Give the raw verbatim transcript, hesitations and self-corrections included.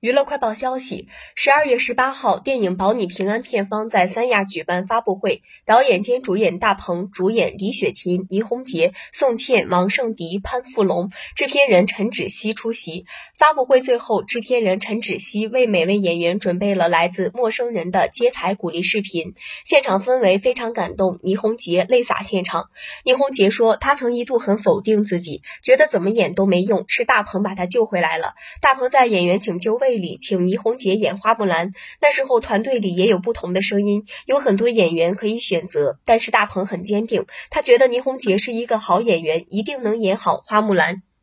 娱乐快报消息，十二月十八号，电影《保你平安》片方在三亚举办发布会，导演兼主演大鹏，主演李雪琴、倪虹洁、宋茜、王圣迪、潘富龙，制片人陈芷溪出席。发布会最后，制片人陈芷溪为每位演员准备了来自陌生人的接彩鼓励视频，现场氛围非常感动，倪虹洁泪洒现场。倪虹洁说，她曾一度很否定自己，觉得怎么演都没用，是大鹏把她救回来了。大鹏在演员请救位里请倪虹洁演花木兰，那时候团队里也有不同的声音，有很多演员可以选择，但是大鹏很坚定，他觉得倪虹洁是一个好演员，一定能演好花木兰。